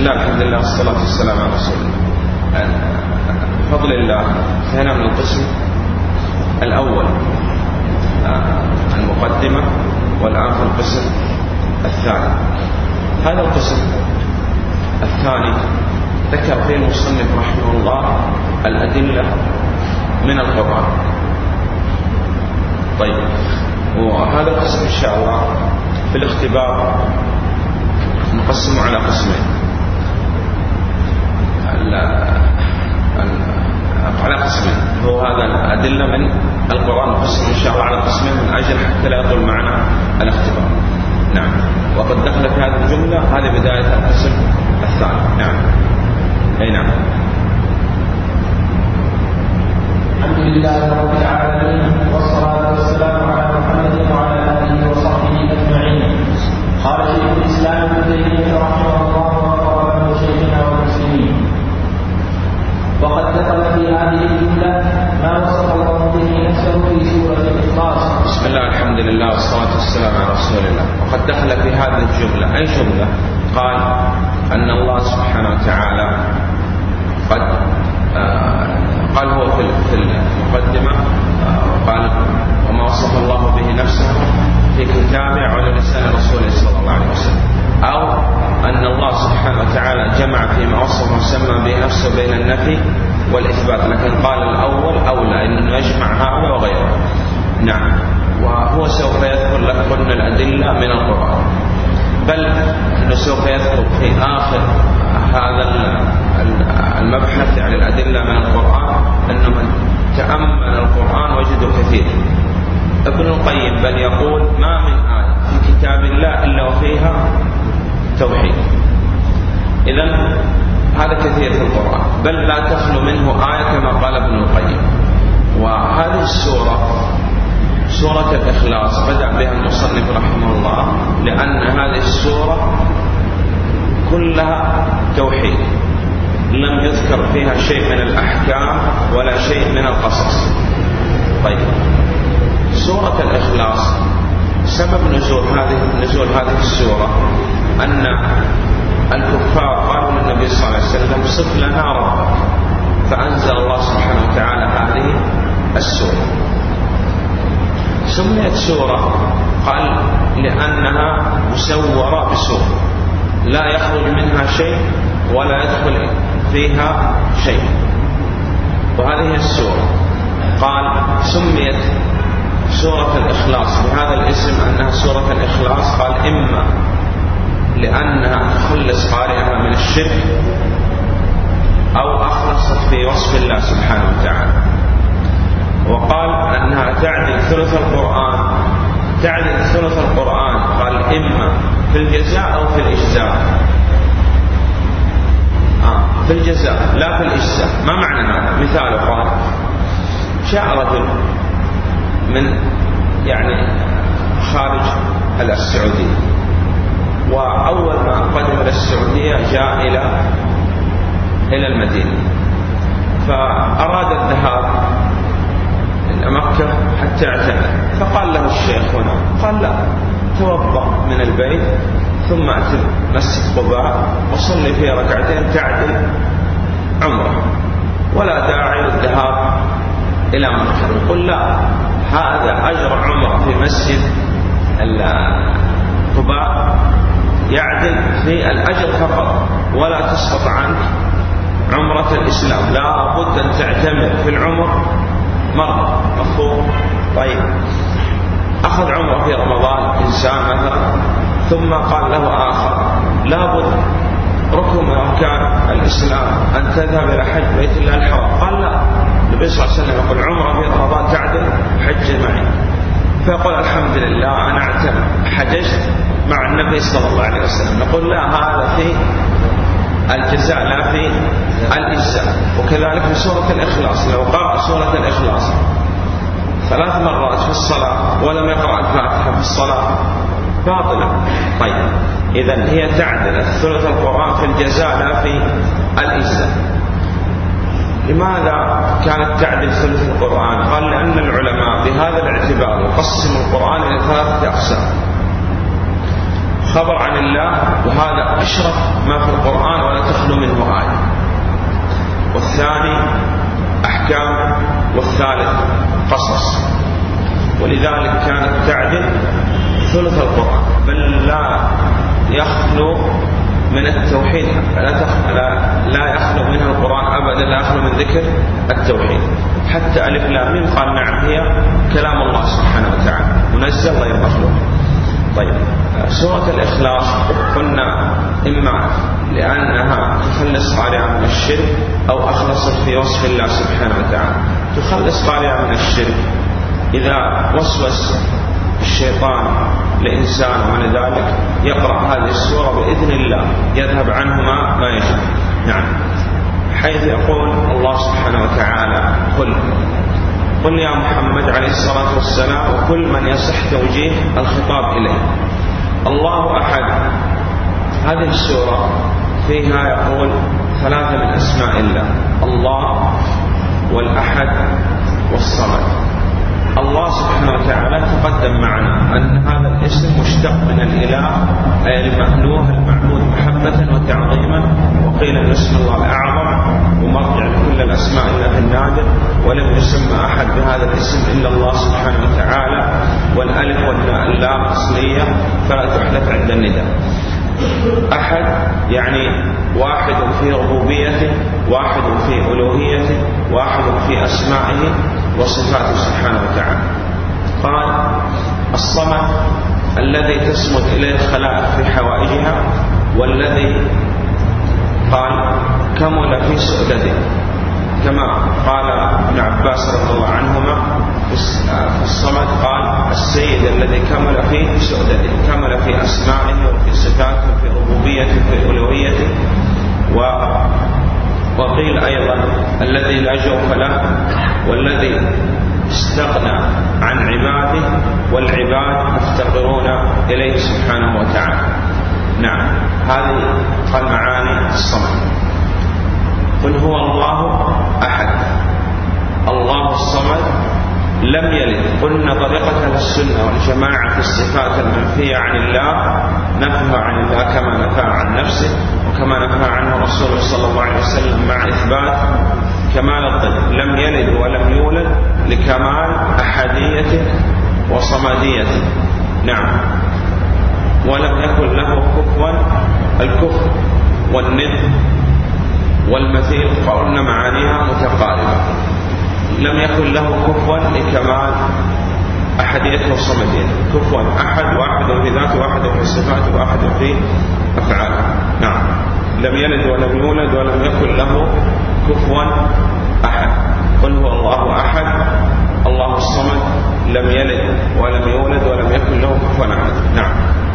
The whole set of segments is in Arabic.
الله الحمد لله والصلاة والسلام على رسول الله. بفضل الله انتهينا من القسم الأول المقدمة، والآن في القسم الثاني. هذا القسم الثاني ذكر فيه المصنف رحمه الله الأدلة من القرآن. طيب، وهذا القسم إن شاء الله في الاختبار نقسمه على قسمين، على قسمين. هو هذا الأدلة من القرآن نقسم إن شاء الله على قسمين من أجل حتى لا يطول معنا الاختبار. نعم. وقد دخل في هذه الجملة هذه بداية القسم الثاني. نعم. أي نعم. الحمد لله رب العالمين، والصلاة والسلام على محمد وعلى آله وصحبه أجمعين. قال شيخ الإسلام ابن تيمية رحمه الله وغفر له شيخنا والمسلمين: وقد دخل في هذه الجملة ما وصف الله به نفسه في سورة الإخلاص. بسم الله الحمد لله والصلاة والسلام على رسول الله. وقد دخل في هذه الجملة، أي جملة؟ قال أن الله سبحانه وتعالى قال هو في المقدمة قال وما وصف الله به نفسه في كتابه على لسان رسوله صلى الله عليه وسلم، أو أن الله سبحانه وتعالى جمع فيما وصف وسمى به نفسه بين النفي والإثبات، لكن قال الأول أولى أنه يجمع هذا وغيره. نعم. وهو سوف يذكر لكم الأدلة من القرآن، بل أنه سوف يذكر في آخر هذا المبحث يعني الأدلة من القرآن أنه من تأمل القرآن وجده كثير. ابن القيم بل يقول ما من آية في كتاب الله إلا وفيها توحيد. إذن هذا كثير في القرآن، بل لا تخلو منه آية كما قال ابن القيم. وهذه السورة سورة الإخلاص بدأ بها المصنف رحمه الله، لأن هذه السورة كلها توحيد، لم يذكر فيها شيء من الأحكام ولا شيء من القصص. طيب، سورة الإخلاص سبب نزول هذه السورة أن الكفار قالوا للنبي صلى الله عليه وسلم صف لنا ربك، فأنزل الله سبحانه وتعالى هذه السورة. سميت سورة قال لأنها مسورة بسورة لا يخرج منها شيء ولا يدخل فيها شيء، وهذه هي السورة. قال سميت سورة الإخلاص بهذا الاسم أنها سورة الإخلاص، قال إما لأنها تخلص قارئها من الشرك، أو أخلصت في وصف الله سبحانه وتعالى. وقال أنها تعدل ثلث القرآن، قال إما في الجزاء أو في الإجزاء. في الجزاء لا في الإجزاء. ما معنى هذا؟ مثال قال جاء رجل من يعني خارج السعودية، وأول ما قدم إلى السعودية جاء إلى المدينة، فأراد الذهاب إلى مكة حتى اعتمر، فقال له الشيخ هنا، قال لا، توضأ من البيت ثم أتي مسجد قباء وصلي فيه ركعتين تعدل عمره، ولا داعي للذهاب إلى مكة. يقول لا، هذا أجر عمره في مسجد قباء يعدل في الأجر فقط، ولا تسقط عنك عمرة الإسلام، لا بد أن تعتمر في العمر مرة. مفهوم؟ طيب، أخذ عمره في رمضان إنسان مثلا، ثم قال له آخر لا بد ركن من أركان الإسلام أن تذهب إلى حج بيت الله الحرام، قال لا، النبي صلى الله عليه وسلم يقول عمره في رمضان تعدل حج معي، فيقول الحمد لله أنا اعتمر حججت مع النبي صلى الله عليه وسلم. نقول لا، هذا في الجزاء لا في الإجزاء. وكذلك في سورة الإخلاص، لو قرأ سورة الإخلاص 3 مرات في الصلاة ولم يقرأ الفاتحة في الصلاة باطلة. طيب، إذن هي تعدل ثلث القرآن في الجزاء لا في الإجزاء. لماذا كانت تعدل ثلث القرآن؟ قال لأن العلماء بهذا الاعتبار يقسم القرآن إلى 3 أقسام: خبر عن الله، وهذا أشرف ما في القرآن ولا أحكام، والثالث قصص. ولذلك كانت تعدل ثلث القرآن، بل لا يخلو من التوحيد، لا يخلو منها القرآن أبدا، لا يخلو من ذكر التوحيد. حتى ألف لام ميم قال نعم هي كلام الله سبحانه وتعالى منزل غير مخلوق. طيب سورة الإخلاص قلنا إما لأنها تخلص قارئها من الشرك، أو أخلصت في وصف الله سبحانه وتعالى. تخلص قارئها من الشرك إذا وسوس الشيطان لإنسان ومن ذلك يقرأ هذه السورة بإذن الله يذهب عنه ما يجب. نعم، حيث يقول الله سبحانه وتعالى قل يا محمد عليه الصلاة والسلام وكل من يصح توجيه الخطاب إليه الله أحد. هذه السورة فيها يقول ثلاثة من أسماء الله: الله والأحد والصمد. الله سبحانه وتعالى تقدم معنا أن هذا الاسم مشتق من الإله، أي المألوه المعبود محبة وتعظيما، وقيل أن اسم الله الأعظم ومرجع لكل الأسماء إلا في النادر، ولم يسمى أحد بهذا الاسم إلا الله سبحانه وتعالى. والألف واللام أصلية فلا تحدث عند النداء. أحد يعني واحد في ربوبيته، واحد في ألوهيته، واحد في أسمائه وصفاته سبحانه وتعالى. قال الصمد الذي تصمد إليه الخلائق في حوائجها، والذي قال كمل في سؤدده، كما قال ابن عباس رضي الله عنهما في الصمد قال السيد الذي كمل في سؤدده، كمل في أسمائه وفي صفاته وفي ربوبيته وفي ألوهيته. وقيل أيضا الذي لا جوف له، والذي استغنى عن عباده والعباد مفتقرون إليه سبحانه وتعالى. نعم، هذه قال معاني الصمد. قل هو الله أحد الله الصمد لم يلد. قلنا طريقة السنة والجماعة في الصفات المنفية عن الله نفها عن الله كما نفى عن نفسه، وكما نفى عنه رسوله صلى الله عليه وسلم، مع إثبات كمال الضد. لم يلد ولم يولد لكمال أحديته وصمديته. نعم، ولم يكن له كفوا. الكفر والند والمثيل قلنا معانيها متقاربة. لم يكن له كفوا لكمال أحديته وصمديته. كفوا أحد، واحد في ذاته، واحد في صفاته، واحد في أفعاله. نعم، لم يلد ولم يولد ولم يكن له كفوا أحد. قل هو الله أحد الله الصمد لم يلد ولم يولد ولم يكن له كفوا أحد. نعم.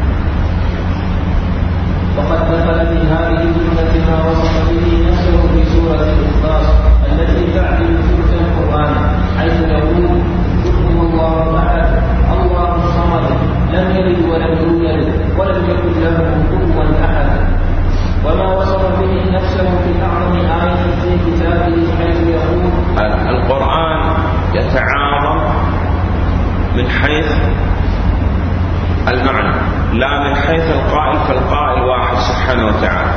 وقد دخل في هذه الجملة ما وصف به نفسه في سورة الإخلاص التي تعدل ثلث القرآن، حيث يقول قل هو الله أحد الله الصمد لم يلد ولم يولد ولم يكن له كفوا أحد. وما وصف به نفسه في أعظم آية في كتابه حيث يقول القرآن يتعاظم من حيث المعنى لا من حيث القائل، فالقائل واحد سبحانه وتعالى.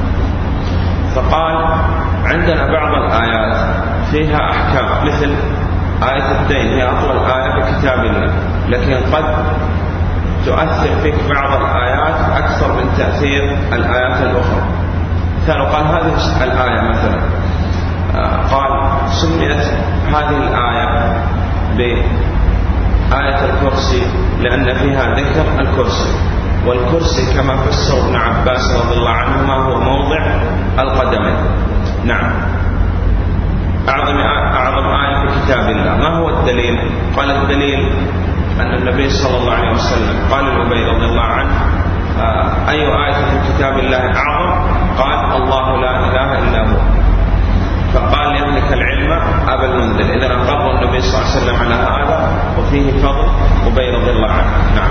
فقال عندنا بعض الآيات فيها أحكام، مثل آية الدين هي أطول آية في كتاب الله، لكن قد تؤثر فيك بعض الآيات أكثر من تأثير الآيات الأخرى. مثلا قال هذه الآية مثلا قال سميت هذه الآية بآية الكرسي لأن فيها ذكر الكرسي، والكرسي كما فسر ابن عباس رضي الله عنهما هو موضع القدمين. نعم، أعظم آية في كتاب الله. ما هو الدليل؟ قال الدليل أن النبي صلى الله عليه وسلم قال لأبي رضي الله عنه أي آية في كتاب الله أعظم؟ قال الله لا إله إلا هو. فقال يملك العلم أبا المنذر. إذا أقر النبي صلى الله عليه وسلم على هذا، وفيه فضل أبي رضي الله عنه. نعم.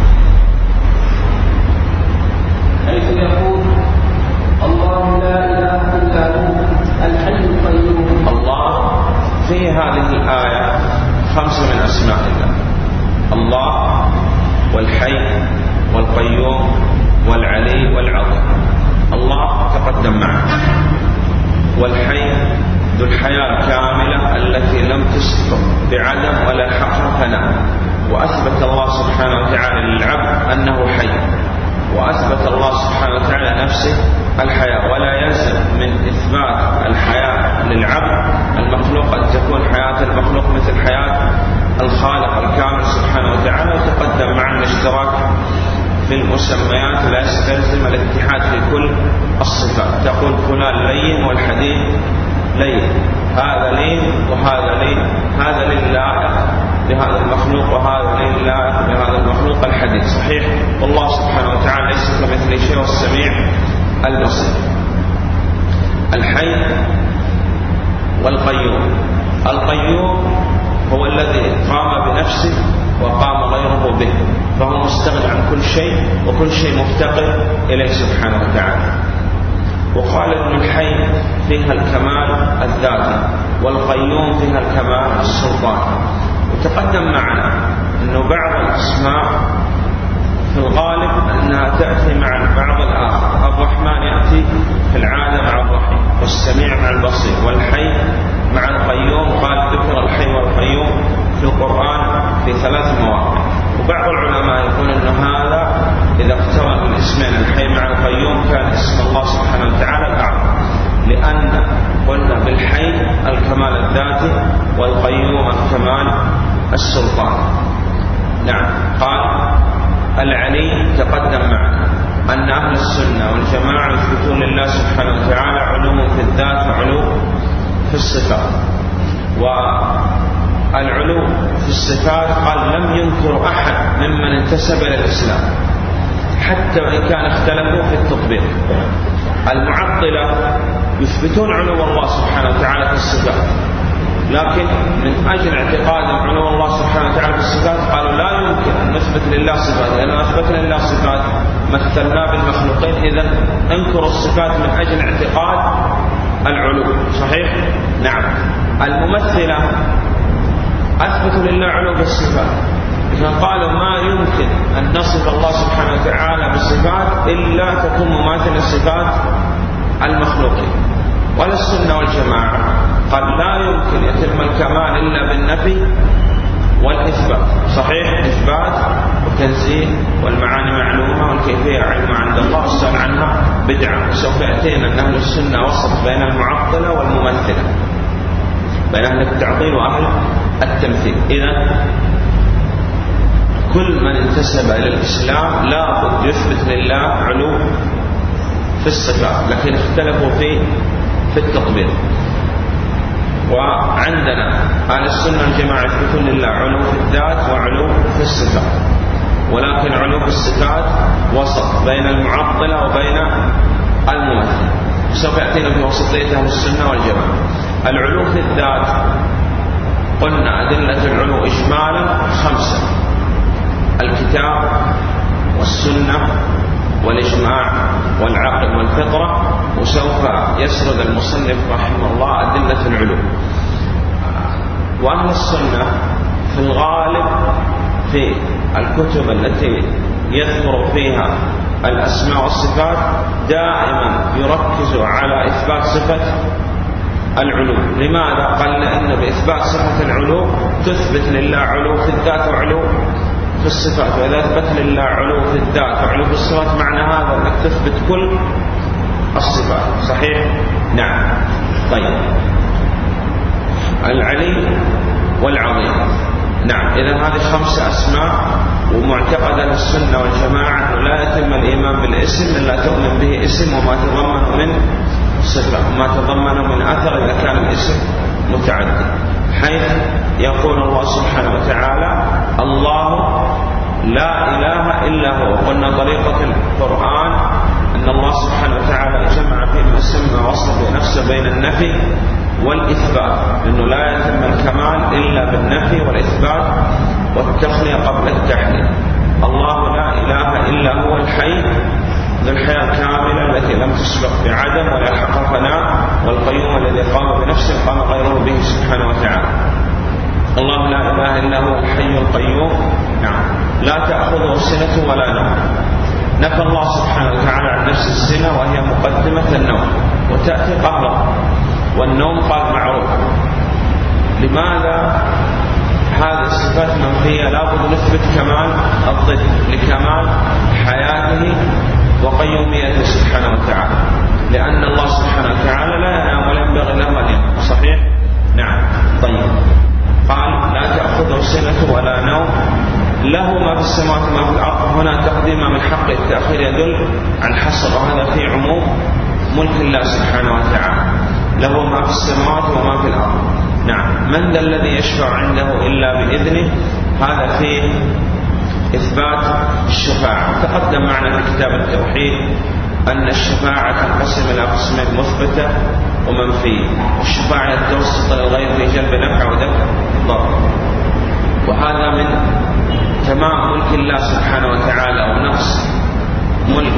حيث يقول الله لا إله إلا هو الحي القيوم. الله في هذه الآية 5 من أسماء الله: الله والحي والقيوم والعلي والعظيم. الله تقدم معه، والحي ذو الحياة الكاملة بعدم ولا يلحقها فناء. وأثبت الله سبحانه وتعالى للعبد أنه حي، وأثبت الله سبحانه وتعالى نفسه الحياة. ولا يلزم من إثبات الحياة للعبد المخلوق أن تكون حياة المخلوق مثل حياة الخالق الكامل سبحانه وتعالى. وتقدم معنا الاشتراك في المسميات لا يستلزم الاتحاد في كل الصفات. تقول فلان لين والحديد لين، هذا لين وهذا لين، هذا لله بهذا المخلوق وهذا لله بهذا المخلوق الحديد. صحيح، والله سبحانه وتعالى ليس كمثله شيء والسميع البصير. الحي والقيوم. القيوم هو الذي قام بنفسه وقام غيره به، فهو مستغني عن كل شيء وكل شيء مفتقر إليه سبحانه وتعالى. وقال ابن الحي فيها الكمال الذاتي، والقيوم فيها الكمال السلطاني. وتقدم معنا أنه بعض الأسماء في الغالب أنها تأتي مع بعض الآخر. الرحمن يأتي في العادة مع الرحيم، والسميع مع البصير، والحي مع القيوم. قال ذكر الحي والقيوم في القرآن في 3 مواضع. وبعض العلماء يقول أن هذا إذا اقترن الاسمين الحي مع القيوم كان اسم الله سبحانه وتعالى الأعظم، لأن قلنا بالحي الكمال الذاتي والقيوم الكمال السلطاني. نعم. قال العلي تقدم معنا أن أهل السنة والجماعة يثبتون لله سبحانه وتعالى علو في الذات وعلو في الصفات. والعلو في الصفات قال لم ينكر أحد ممن انتسب إلى الإسلام حتى وإن كان اختلفوا في التطبيق. المعطلة يثبتون علو الله سبحانه وتعالى في الصفات، لكن من أجل اعتقادهم علو الله سبحانه وتعالى في الصفات قالوا لا يمكن أن نثبت لله صفات، لأن أثبتنا لله صفات مثلنا بالمخلوقين، إذن انكروا الصفات من أجل اعتقاد العلو. صحيح؟ نعم. الممثلة أثبتوا لله علو بالصفات، إذن قالوا ما يمكن أن نصف الله سبحانه وتعالى بالصفات إلا تكون مماثلة صفات المخلوقين. ولا السنة والجماعة قال لا يمكن يتم الكمال إلا بالنفي والإثبات. صحيح؟ إثبات وتنزيه والمعاني معلومة والكيفية علم عند الله، والسؤال عنها بدعة. وسوف يأتينا أن أهل السنة وسط بين المعطلة والممثلة، بين أهل التعطيل وأهل التمثيل. إذن كل من انتسب إلى الإسلام لا بد يثبت لله علو في الصفات، لكن اختلفوا في التطبيق. وعندنا أهل السنة والجماعة يثبتون لله علو في الذات وعلو في الصفات، ولكن علو في الصفات وسط بين المعطلة وبين الممثل. سوف يأتينا في وسطية أهل السنة والجماعة. العلو في الذات قلنا أدلة العلو إجمالا 5: الكتاب والسنة والإجماع والعقل والفطرة. وسوف يسرد المصنف رحمه الله أدلة العلو. وأهل السنة في الغالب في الكتب التي يذكر فيها الأسماء والصفات دائما يركز على إثبات صفة العلو. لماذا؟ قال لأن بإثبات صفة العلو تثبت لله علو في الذات وعلو في الصفات. وإذا أثبت لله علو في الذات وعلو في الصفات معنى هذا أنك تثبت كل الصفات. صحيح؟ نعم. طيب، العلي والعظيم. نعم. إذا هذه 5 أسماء، ومعتقد السنة والجماعة أنه لا يتم الإيمان بالاسم إلا تؤمن به اسم وما تضمن من صفة وما تضمن من أثر إذا كان الاسم متعدد، حيث يقول الله سبحانه وتعالى الله لا إله إلا هو. قلنا طريقة القرآن أن الله سبحانه وتعالى جمع فيما سمى وصف بنفسه بين النفي والإثبات، لأنه لا يتم الكمال إلا بالنفي والإثبات والتخلية قبل التحليل. الله لا إله إلا هو الحي ذو الحياة الكاملة التي لم تسبق بعدم ولا يلحقها فناء، والقيوم الذي قام بنفسه قام غيره به سبحانه وتعالى. الله لا إله إلا هو الحي القيوم. نعم. لا تأخذه سنة ولا نوم. نفى الله سبحانه وتعالى عن نفس السنة وهي مقدمة النوم، وتأتي قهرا. والنوم قال معروف. لماذا هذه الصفات منفية لابد نثبت كمال الضد لكمال حياته وقيوميته سبحانه وتعالى، لأن الله سبحانه وتعالى لا ينام ولا ينبغي له أن ينام. صحيح؟ نعم. طيب، قال لا تأخذه سنة ولا نوم، له ما في السماوات وما في الأرض. هنا تقديم من حق التأخير يدل على الحصر، وهذا في عموم ملك الله سبحانه وتعالى، له ما في السماوات وما في الأرض. نعم. من ذا الذي يشفع عنده إلا بإذنه؟ هذا فيه إثبات الشفاعة. تقدم معنا في كتاب التوحيد أن الشفاعة تنقسم إلى قسمين، مثبتة ومنفية. الشفاعة توسط للغير في جلب نفع ودفع ضر، وهذا من تمام ملك الله سبحانه وتعالى ونقص ملك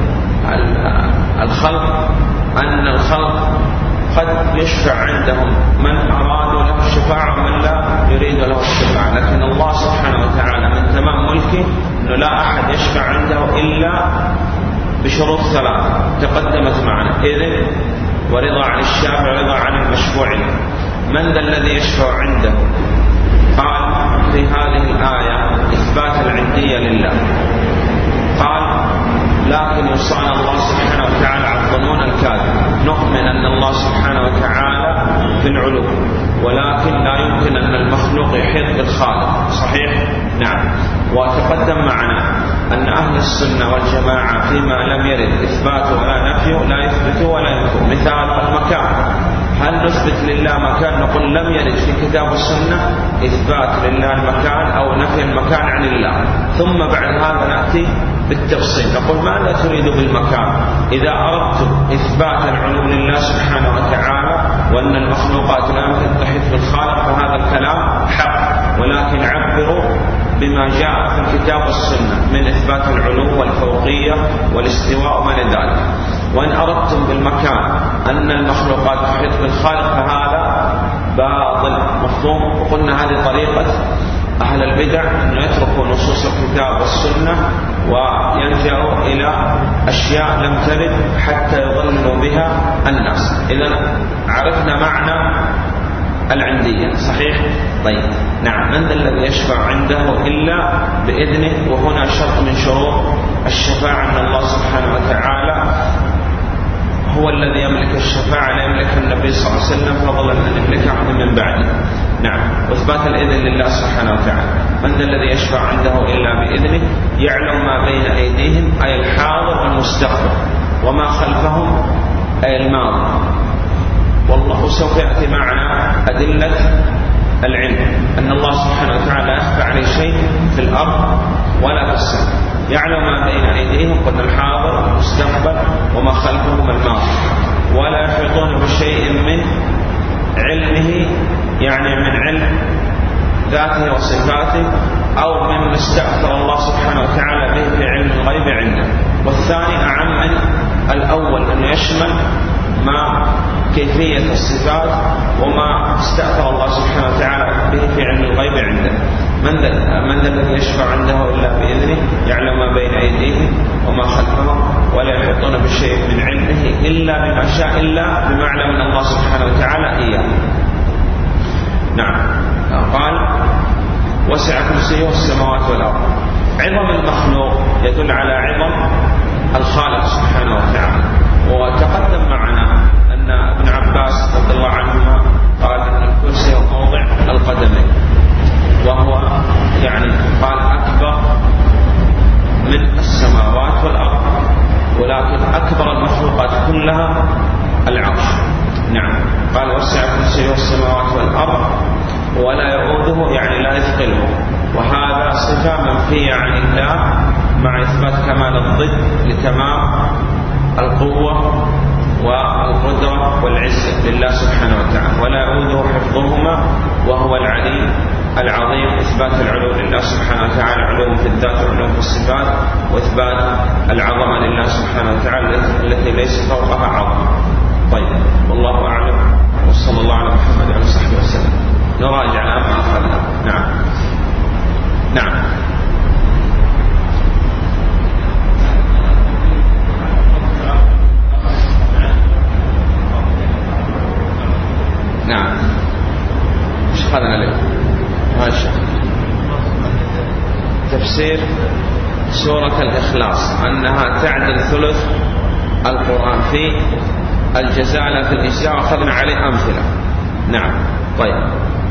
الخلق، أن الخلق قد يشفع عندهم من أرادوا له الشفاعة ومن لا يريد له الشفاعة، لكن الله سبحانه وتعالى من تمام ملكه أنه لا أحد يشفع عنده إلا بشروط ثلاثة تقدمت معنا: إذن، ورضا عن الشافع، ورضا عن المشفوع له. من ذا الذي يشفع عنده؟ قال في هذه الآية إثبات العندية لله. قال لكن يصان الله سبحانه وتعالى على الظنون الكاذب. نؤمن أن الله سبحانه وتعالى في العلو، ولكن لا يمكن أن المخلوق يحيط بالخالق. صحيح؟ نعم. وتقدم معنا أن أهل السنة والجماعة فيما لم يرد إثبات ولا نفي لا يثبتوا ولا ينفوا. مثال المكان، هل نثبت لله مكان؟ نقول لم يرد في كتاب السنة إثبات لله المكان أو نفي المكان عن الله. ثم بعد هذا نأتي بالتفصيل، نقول ماذا تريد بالمكان؟ إذا أردت إثبات العلو لله سبحانه وتعالى وأن المخلوقات لا يمكن تحيط بالخالق فهذا الكلام حق، ولكن عبروا بما جاء في الكتاب والسنة من إثبات العلو والفوقية والاستواء وما ذلك. وإن أردتم بالمكان أن المخلوقات تحيط بالخالق فهذا باطل. مفهوم؟ وقلنا هذه طريقة أهل البدع، أن يتركوا نصوص الكتاب والسنة ويلجأوا إلى أشياء لم ترد حتى يضلوا بها الناس. إذن عرفنا معنى العندية. صحيح؟ طيب، نعم. من ذا الذي يشفع عنده إلا بإذنه؟ وهنا شرط من شروط الشفاعة أن الله سبحانه وتعالى هو الذي يملك الشفاعة، لا يملك النبي صلى الله عليه وسلم، فضلا أن يملك أحد من بعده. نعم. وإثبات الإذن لله سبحانه وتعالى. من ذا الذي يشفع عنده إلا بإذنه؟ يعلم ما بين أيديهم أي الحاضر والمستقبل، وما خلفهم أي الماضي. والله سوف يأتي معنا أدلة العلم أن الله سبحانه وتعالى لا يخفى عليه شيء في الأرض ولا في السماء. يعلم ما بين أيديهم، قلنا الحاضر والمستقبل، وما خلفهم الماضي. ولا يحيطون بشيء من علمه، يعني من علم ذاته وصفاته أو مما استأثر الله سبحانه وتعالى به في علم الغيب عنده. والثاني أعم من الأول، أن يشمل ما كيفية الصفات وما استأثر الله سبحانه وتعالى به في علم الغيب عنده. من ذا الذي يشفع عنده إلا بإذنه؟ يعلم ما بين أيديهم وما خلفهم، ولا يحيطون بشيء من علمه إلا بما شاء، إلا بما علم من الله سبحانه وتعالى إياه. نعم. قال وسع كرسيه السماوات والأرض. عظم المخلوق يدل على عظم الخالق سبحانه وتعالى. وتقدم معنا أن ابن عباس رضي الله عنهما قال أن الكرسي هو موضع القدمين، وهو يعني قال أكبر من السماوات والأرض، ولكن أكبر المخلوقات كلها العرش. نعم. قال وسع كرسيه السماوات والأرض ولا يؤوده، يعني لا يثقله. وهذا صفة منفية عن الله مع إثبات كمال الضد لتمام القوة والقدرة والعزة لله سبحانه وتعالى. ولا يؤوده حفظهما وهو العلي العظيم. إثبات العلو لله سبحانه وتعالى، علو في الذات وعلو في الصفات، وإثبات العظمة لله سبحانه وتعالى التي ليس فوقها عظمة. طيب، والله أعلم، وصلى الله على محمد وعلى صحبه وسلم. نراجع الآن ما أخذنا. نعم. نعم. نعم. ايش أخذنا له؟ ما شاء الله. تفسير سورة الإخلاص أنها تعدل ثلث القرآن في الجزاء لا في الإجزاء، وأخذنا عليه أمثلة. نعم. طيب،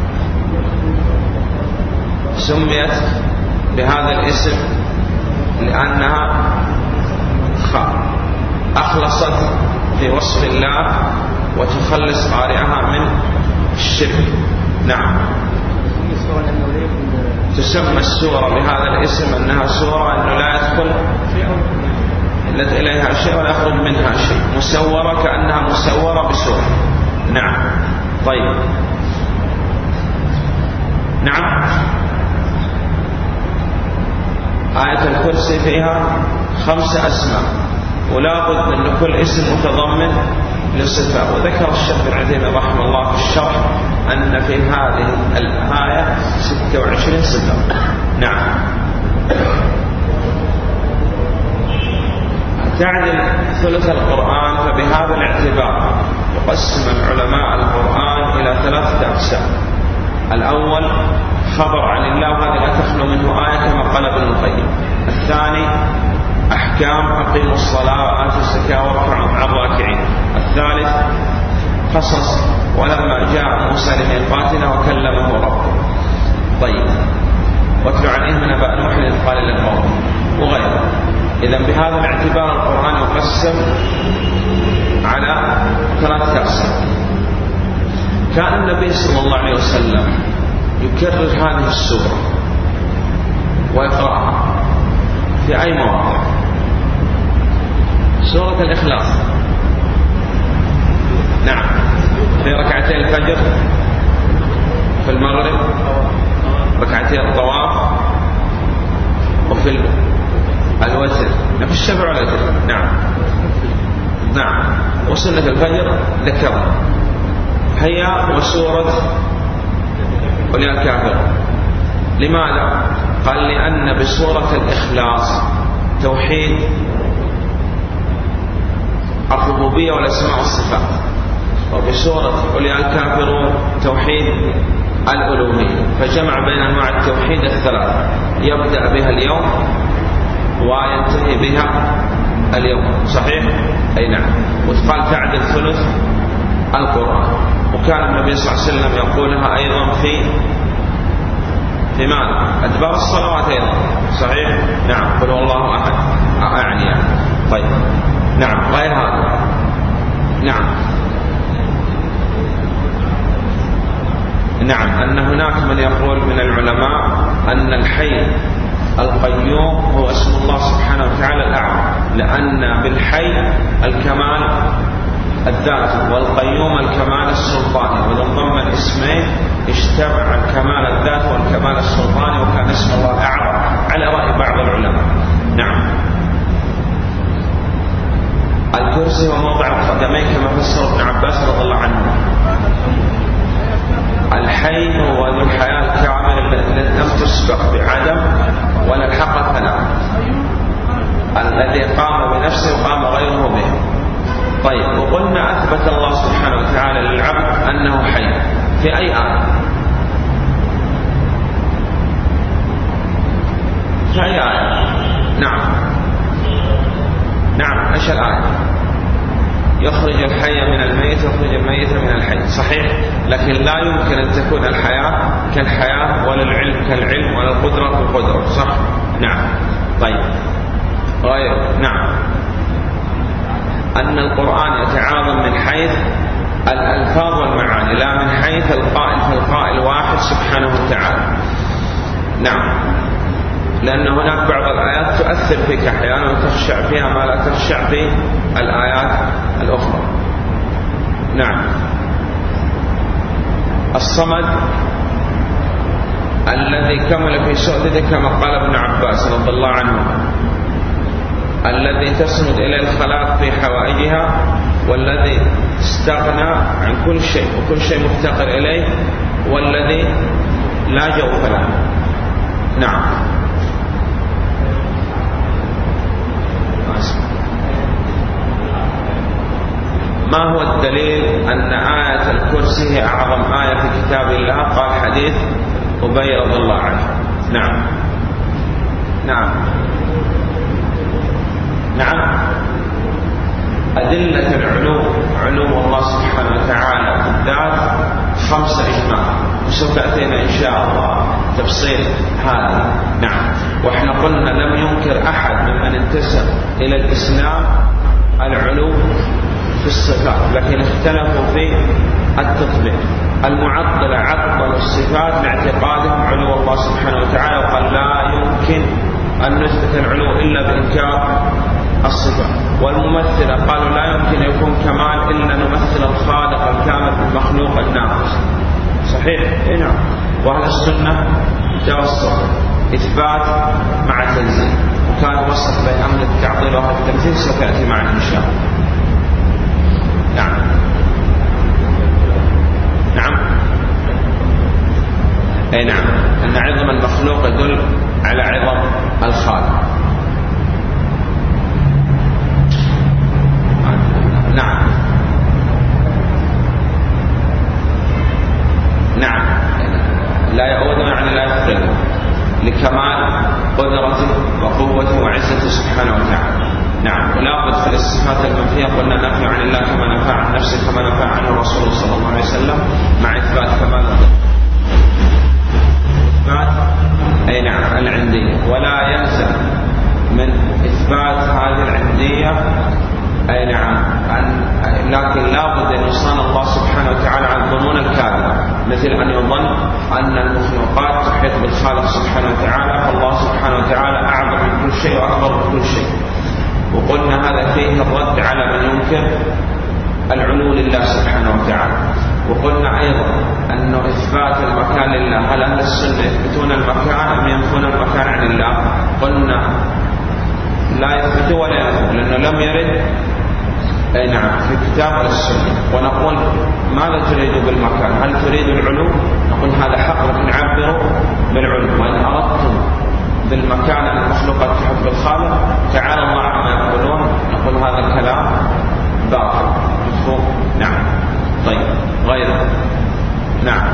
سميت بهذا الاسم لأنها أخلصت في وصف الله وتخلص قارئها من الشرك. نعم. تسمى السورة بهذا الاسم أنها سورة أنه لا يدخل إليها شيء ولا يخرج منها شيء، مسورة كأنها مسورة بسورة. نعم. طيب. نعم. آية الكرسي فيها 5 أسماء، ولا بد أن كل اسم متضمن للصفة. وذكر الشيخ ابن عثيمين رحمه الله في الشرح أن في هذه الآية 26 صفة. نعم. تعدل ثلث القرآن، فبهذا الاعتبار يقسم العلماء القرآن إلى 3 أقسام. الأول خبر عن الله، وهذا لا تخلو منه آية كما قال ابن القيم. الثاني أحكام، أقيموا الصلاة وآتوا الزكاة واركعوا مع الراكعين. الثالث قصص، ولما جاء موسى لميقاتنا وكلمه ربه. طيب، واتل عليهم نبأ نوح إذ قال لقومه وغيره. إذن بهذا الاعتبار القرآن يقسم على 3 أقسام. كان النبي صلى الله عليه وسلم يكرر هذه السورة ويقرأها في أي مواضع. سورة الإخلاص، نعم، في ركعتي الفجر، في المغرب، ركعتي الطواف، وفي الوتر، في الشفع والوتر. نعم. نعم. وسنة الفجر ذكرها هي وسورة قل يا الكافر. لماذا؟ قال لأن بسورة الإخلاص توحيد الربوبية والأسماء والصفات، وبسورة قل يا الكافرون توحيد الألوهية، فجمع بين أنواع التوحيد ال3، يبدأ بها اليوم وينتهي بها اليوم. صحيح؟ أي نعم. وتقال تعدل ثلث القرآن. وكان النبي صلى الله عليه وسلم يقولها أيضا في ماذا؟ أدبار الصلوات أيضا. صحيح؟ نعم. قل هو الله أحد، يعني. طيب. نعم. غير هذا. نعم. نعم. أن هناك من يقول من العلماء أن الحي القيوم هو اسم الله سبحانه وتعالى الأعظم، لأن بالحي الكمال الذاتي والقيوم الكمال السلطاني، وإذا ضم الاسمين اجتمع الكمال الذاتي والكمال السلطاني، وكان اسم الله الأعظم على رأي بعض العلماء. نعم. الكرسي هو موضع القدمين كما فسر ابن عباس رضي الله عنه. الحي هو ذو الحياة الكامل التي لم تسبق بعدم ولا الحق فلا، الذي قام بنفسه وقام غيره به. طيب، وقلنا أثبت الله سبحانه وتعالى للعبد أنه حي في أي آية؟ في أي آية؟ نعم. نعم. إيش الآية؟ يخرج الحي من الميت ويخرج الميت من الحي. صحيح. لكن لا يمكن أن تكون الحياة كالحياة ولا العلم كالعلم ولا القدرة كالقدرة. صح؟ نعم. طيب. غير. نعم. أن القرآن يتعاظم من حيث الألفاظ والمعاني، لا من حيث القائل، فالقائل واحد سبحانه وتعالى. نعم. لأن هناك بعض الآيات تؤثر فيك أحيانا وتخشع فيها ما لا تخشع في الآيات الأخرى. نعم. الصمد الذي كمل في سؤدده كما قال ابن عباس رضي الله عنه، الذي تسند إلى الخلائق في حوائجها، والذي استغنى عن كل شيء وكل شيء مفتقر إليه، والذي لا جوف له. نعم. ما هو الدليل أن آية الكرسي هي أعظم آية في كتاب الله؟ قال حديث أبي رضي الله عنه. نعم. نعم نعم. أدلة العلو، علو الله سبحانه وتعالى بالذات 5 إجماع، وسوف تأتينا إن شاء الله تفصيل هذا. نعم. وإحنا قلنا لم ينكر أحد ممن انتسب إلى الإسلام العلو في الصفات، لكن اختلفوا في التطبيق. المعطلة عطلوا الصفات لاعتقادهم علو الله سبحانه وتعالى، وقال لا يمكن أن نثبت العلو إلا بإنكار الصفات. والممثلة قالوا لا يمكن يكون كمال إلا نمثل الخالق الكامل بالمخلوق الناقص. صحيح؟ إيه نعم. وأهل السنة توسط إثبات مع تنزيل، وكان وسط بين أهل التعطيل وأهل التمثيل، ستأتي معنا إن شاء الله. نعم نعم. أي نعم، أن عظم المخلوق يدل على عظم الخالق. نعم نعم. لا يؤوده يعني لا يفرده، لكمال قدرته وقوته وعزته سبحانه وتعالى. نعم. ولا بد في الصفات المنفية قلنا نفي عن الله كما نفى عن نفسه، كما نفى عنه الرسول صلى الله عليه وسلم، مع إثبات كمال إثبات أي نعم العندية. ولا يلزم من إثبات هذه العندية أي نعم لكن لا بد أن يصان الله سبحانه وتعالى عن الظنون الكاذبة، مثل أن يظن أن المخلوقات تحيط بالخالق سبحانه وتعالى، فالله سبحانه وتعالى أعظم من كل شيء وأكبر من كل شيء. وقلنا هذا فيه الرد على من ينكر العلو لله سبحانه وتعالى. وقلنا أيضا أنه إثبات المكان لله، هل أهل السنة يثبتون المكان أم ينفون المكان عن الله؟ قلنا لا يثبتوا ولا ينفون، لأنه لم يرد أي نعم في كتاب ولا السنة. ونقول ماذا تريد بالمكان؟ هل تريد العلو؟ نقول هذا حق، لكن عبروا بالعلو. وإن أردتم بالمكان أن المخلوقات تحب بالخالق تعالى الله عما يقولون، نقول هذا الكلام باطل مفهوم. نعم. طيب غيره. نعم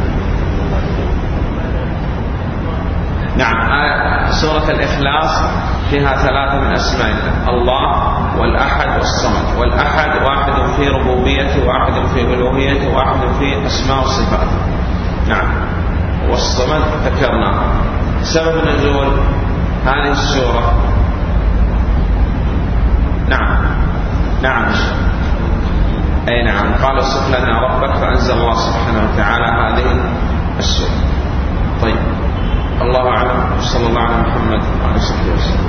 نعم. سورة الإخلاص فيها 3 من أسماء الله، والأحد والصمد. والأحد واحد في ربوبيته، واحد في ألوهيته، واحد في أسماء وصفاته. نعم. والصمد ذكرناه. سبب نزول هذه السورة. نعم نعم. أي نعم. قال صف لنا ربك، فأنزل الله سبحانه وتعالى هذه السورة. طيب الله أعلم، صلى الله على محمد وعلى صحبه وسلم.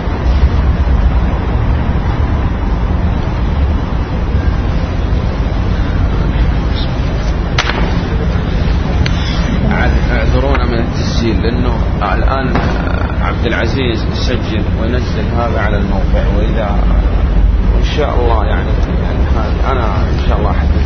اعذرونا من التسجيل، لأنه الآن عبد العزيز يسجل وينزل هذا على الموقع، وإذا إن شاء الله يعني أنا إن شاء الله أحدث